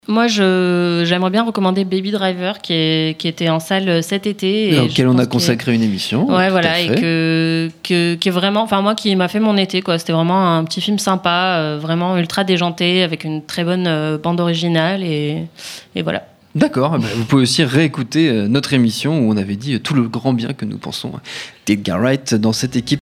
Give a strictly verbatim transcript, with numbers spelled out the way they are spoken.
Moi, je, j'aimerais bien recommander Baby Driver, qui, est, qui était en salle cet été. Et auquel on a consacré est... une émission. Ouais, voilà, et que, que, qui est vraiment, enfin moi, qui m'a fait mon été, quoi. C'était vraiment un petit film sympa, euh, vraiment ultra déjanté, avec une très bonne euh, bande originale, et, et voilà. D'accord, bah vous pouvez aussi réécouter notre émission où on avait dit tout le grand bien que nous pensons d'Edgar Wright dans cette équipe.